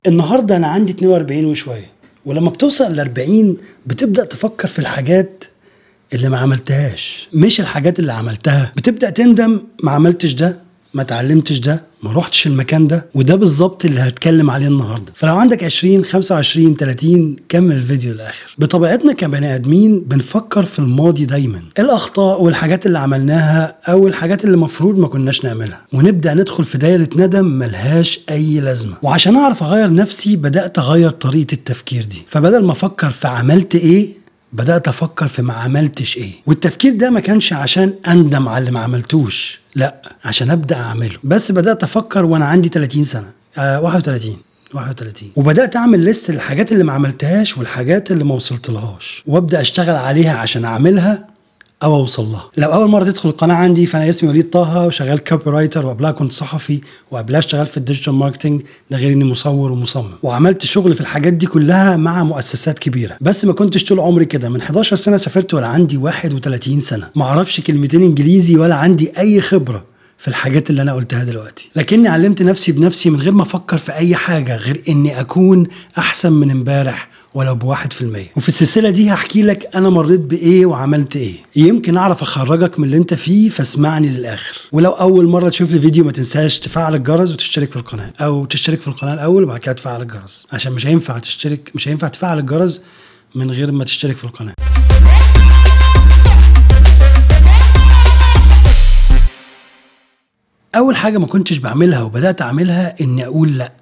النهارده انا عندي 42 وشويه، ولما بتوصل ل 40 بتبدا تفكر في الحاجات اللي ما عملتهاش مش الحاجات اللي عملتها. بتبدا تندم، ما عملتش ده، ما اتعلمتش ده، ما روحتش المكان ده. وده بالظبط اللي هتكلم عليه النهارده. فلو عندك 20 25 30 كمل الفيديو للاخر. بطبيعتنا كبني ادمين بنفكر في الماضي دايما، الاخطاء والحاجات اللي عملناها او الحاجات اللي المفروض ما كناش نعملها، ونبدا ندخل في دايره ندم ملهاش اي لازمه. وعشان اعرف اغير نفسي بدات اغير طريقه التفكير دي. فبدل ما افكر في عملت ايه بدأت أفكر في ما عملتش إيه. والتفكير ده ما كانش عشان أندم على اللي ما عملتوش، لا، عشان أبدأ أعمله. بس بدأت أفكر وأنا عندي 30 سنة 31 وبدأت أعمل ليست للحاجات اللي ما عملتهاش والحاجات اللي ما وصلتلهاش، وأبدأ أشتغل عليها عشان أعملها او اوصل لها. لو اول مره تدخل القناه عندي، فانا اسمي وليد طه وشغال كوبي رايتر، وقبلها كنت صحفي، وقبلها اشتغلت في الديجيتال ماركتنج، ده غير اني مصور ومصمم، وعملت شغل في الحاجات دي كلها مع مؤسسات كبيره. بس ما كنتش طول عمري كده. من 11 سنه سافرت وانا عندي 31 سنه، ما اعرفش كلمتين انجليزي ولا عندي اي خبره في الحاجات اللي انا قلتها دلوقتي، لكني علمت نفسي بنفسي من غير ما افكر في اي حاجه غير اني اكون احسن من امبارح ولو ب1%. وفي السلسلة دي هحكي لك أنا مريت بإيه وعملت إيه، يمكن أعرف أخرجك من اللي أنت فيه، فاسمعني للآخر. ولو أول مرة تشوف الفيديو ما تنساش تفعل الجرس وتشترك في القناة، أو تشترك في القناة الأول وبعد كده تفعل الجرس، عشان مش هينفع تفعل الجرس من غير ما تشترك في القناة. أول حاجة ما كنتش بعملها وبدأت أعملها إني أقول لأ.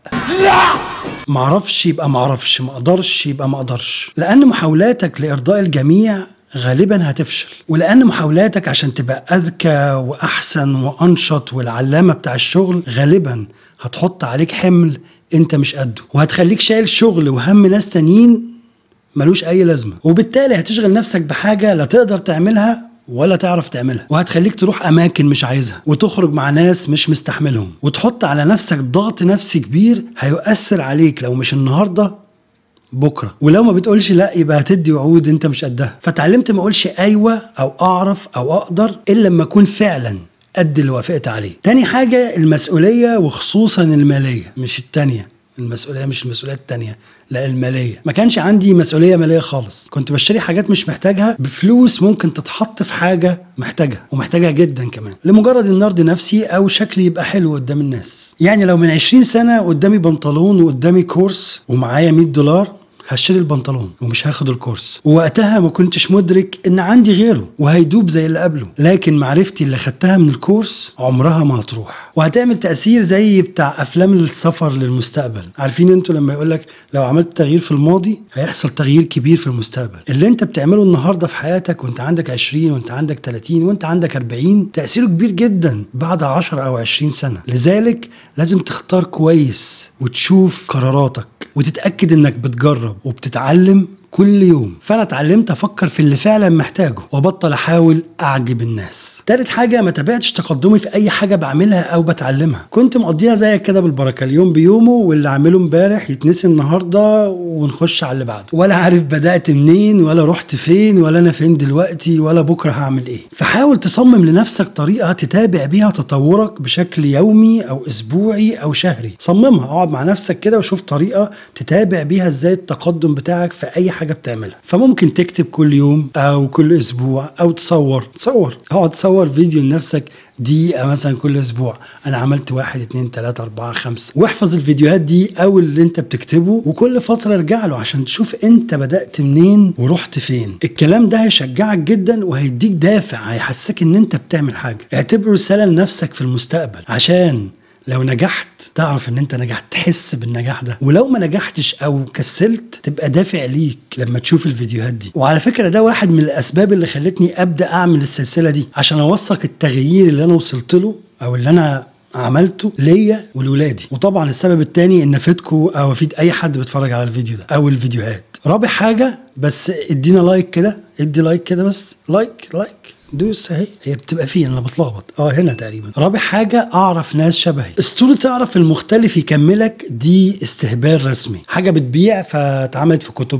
معرفش يبقى معرفش، مقدرش يبقى مقدرش، لأن محاولاتك لإرضاء الجميع غالبا هتفشل، ولأن محاولاتك عشان تبقى أذكى وأحسن وأنشط والعلامة بتاع الشغل غالبا هتحط عليك حمل أنت مش قده، وهتخليك شايل شغل وهم ناس تانيين ملوش أي لازمة، وبالتالي هتشغل نفسك بحاجة لا تقدر تعملها ولا تعرف تعملها، وهتخليك تروح أماكن مش عايزها، وتخرج مع ناس مش مستحملهم، وتحط على نفسك ضغط نفسي كبير هيؤثر عليك لو مش النهاردة بكرة. ولو ما بتقولش لا يبقى هتدي وعود انت مش قدها. فتعلمت ما اقولش ايوه او اعرف او اقدر الا لما اكون فعلا قد اللي وافقت عليه. تاني حاجة المسؤولية، وخصوصا المالية، مش التانية. المسؤولية مش المسؤوليات التانية، لا المالية. ما كانش عندي مسؤولية مالية خالص. كنت بشتري حاجات مش محتاجها بفلوس ممكن تتحط في حاجة محتاجها، ومحتاجها جدا كمان، لمجرد ان ارضي نفسي او شكلي يبقى حلو قدام الناس. يعني لو من 20 سنة قدامي بنطلون وقدامي كورس ومعايا $100، هشتري البنطلون ومش هاخد الكورس. ووقتها ما كنتش مدرك ان عندي غيره وهيدوب زي اللي قبله، لكن معرفتي اللي خدتها من الكورس عمرها ما هتروح، وهتعمل تأثير زي بتاع افلام السفر للمستقبل. عارفين انتوا لما يقولك لو عملت تغيير في الماضي هيحصل تغيير كبير في المستقبل؟ اللي انت بتعمله النهارده في حياتك وانت عندك 20 وانت عندك 30 وانت عندك 40 تأثيره كبير جدا بعد 10 او 20 سنة. لذلك لازم تختار كويس وتشوف قراراتك وتتأكد انك بتجرب وبتتعلم كل يوم. فانا اتعلمت افكر في اللي فعلا محتاجه وبطل احاول اعجب الناس. تالت حاجة ما تابعتش تقدمي في اي حاجة بعملها او بتعلمها. كنت مقضيها زيك كده بالبركة، اليوم بيومه، واللي عمله امبارح يتنسي النهاردة ونخش على اللي بعده، ولا عارف بدأت منين ولا رحت فين ولا انا فين دلوقتي ولا بكرة هعمل ايه. فحاول تصمم لنفسك طريقة تتابع بيها تطورك بشكل يومي او اسبوعي او شهري. صممها، اقعد مع نفسك كده وشوف طريقة تتابع بيها ازاي التقدم بتاعك في اي حاجة بتعملها. فممكن تكتب كل يوم او كل اسبوع، او تصور اقعد تصور فيديو لنفسك دقيقة مثلا كل اسبوع، انا عملت 1 2 3 4 5، واحفظ الفيديوهات دي او اللي انت بتكتبه، وكل فترة ارجع له عشان تشوف انت بدأت منين ورحت فين. الكلام ده هيشجعك جدا وهيديك دافع، هيحسسك ان انت بتعمل حاجة. اعتبره رسالة لنفسك في المستقبل، عشان لو نجحت تعرف ان انت نجحت، تحس بالنجاح ده. ولو ما نجحتش او كسلت تبقى دافع ليك لما تشوف الفيديوهات دي. وعلى فكرة ده واحد من الاسباب اللي خلتني ابدأ اعمل السلسلة دي، عشان اوثق التغيير اللي انا وصلت له او اللي انا عملته ليا ولولادي. وطبعا السبب التاني ان افيدكم او افيد اي حد بيتفرج على الفيديو ده او الفيديوهات. رابع حاجة، بس ادينا لايك كده، ادي لايك كده، بس لايك دوس اهي، هي بتبقى فين؟ انا بتلخبط هنا تقريبا. رابع حاجة، اعرف ناس شبهي. اسطورة تعرف المختلف يكملك دي استهبال رسمي، حاجة بتبيع فاتعملت في كتب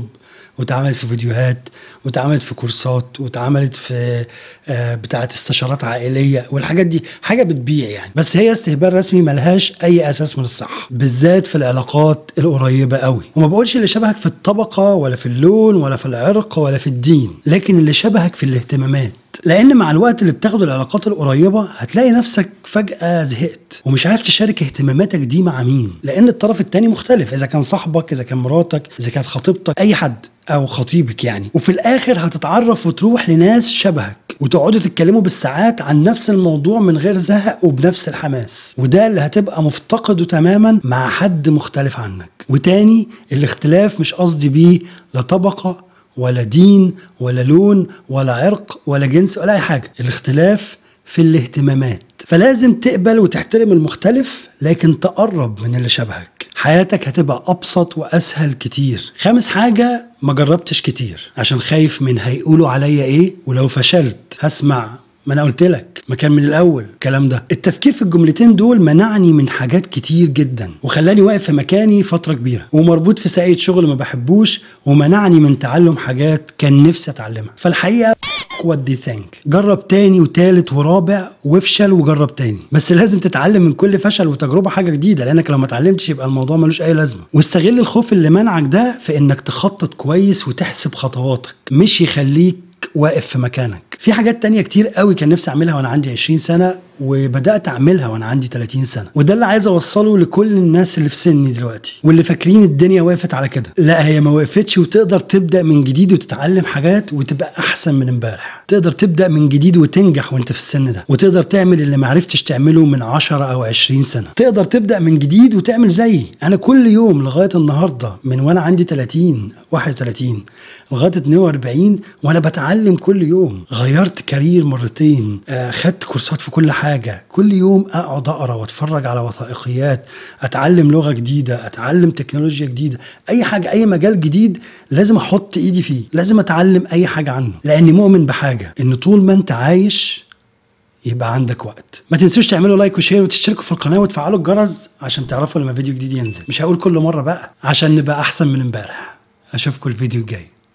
واتعملت في فيديوهات واتعملت في كورسات واتعملت في بتاعه استشارات عائليه، والحاجات دي حاجه بتبيع يعني. بس هي استهبال رسمي ملهاش اي اساس من الصحه، بالذات في العلاقات القريبه قوي. وما بقولش اللي شبهك في الطبقه ولا في اللون ولا في العرق ولا في الدين، لكن اللي شبهك في الاهتمامات. لان مع الوقت اللي بتاخده العلاقات القريبه هتلاقي نفسك فجاه زهقت ومش عارف تشارك اهتماماتك دي مع مين، لان الطرف التاني مختلف، اذا كان صاحبك، اذا كان مراتك، اذا كانت خطيبتك، اي حد او خطيبك يعني. وفي الاخر هتتعرف وتروح لناس شبهك وتقعدوا تتكلموا بالساعات عن نفس الموضوع من غير زهق وبنفس الحماس، وده اللي هتبقى مفتقده تماما مع حد مختلف عنك. وتاني، الاختلاف مش قصدي بيه لا طبقه ولا دين ولا لون ولا عرق ولا جنس ولا اي حاجه، الاختلاف في الاهتمامات. فلازم تقبل وتحترم المختلف، لكن تقرب من اللي شبهك. حياتك هتبقى ابسط واسهل كتير. خامس حاجه، ما جربتش كتير عشان خايف من هيقولوا عليا ايه، ولو فشلت هسمع ما انا قلت لك ما كان من الاول الكلام ده. التفكير في الجملتين دول منعني من حاجات كتير جدا، وخلاني واقف في مكاني فتره كبيره ومربوط في ساقية شغل ما بحبوش، ومنعني من تعلم حاجات كان نفسي اتعلمها. فالحقيقه what they think. جرب تاني وتالت ورابع وافشل وجرب تاني، بس لازم تتعلم من كل فشل وتجربه حاجه جديده، لانك لو ما اتعلمتش يبقى الموضوع ملوش اي لازمه. واستغل الخوف اللي منعك ده في انك تخطط كويس وتحسب خطواتك، مش يخليك واقف في مكانك. في حاجات تانية كتير قوي كان نفسي اعملها وانا عندي 20 سنة وبدأت اعملها وانا عندي 30 سنة، وده اللي عايز اوصله لكل الناس اللي في سني دلوقتي واللي فاكرين الدنيا وقفت على كده. لا، هي ما وقفتش، وتقدر تبدأ من جديد وتتعلم حاجات وتبقى احسن من امبارح. تقدر تبدأ من جديد وتنجح وانت في السن ده، وتقدر تعمل اللي ما عرفتش تعمله من 10 او 20 سنة. تقدر تبدأ من جديد وتعمل زيي انا كل يوم لغاية النهاردة، من وانا عندي 30 31 لغاية 42 وانا بتعلم كل يوم. غيرت كارير مرتين، خدت كورسات في كل حاجة. كل يوم اقعد اقرا واتفرج على وثائقيات، اتعلم لغة جديدة، اتعلم تكنولوجيا جديدة، اي حاجة، اي مجال جديد لازم احط ايدي فيه، لازم اتعلم اي حاجة عنه، لاني مؤمن بحاجة، ان طول ما انت عايش يبقى عندك وقت. ما تنسوش تعملوا لايك وشير وتشتركوا في القناة وتفعلوا الجرس عشان تعرفوا لما فيديو جديد ينزل. مش هقول كل مرة بقى عشان نبقى احسن من امبارح. اشوفكم الفيديو الجاي.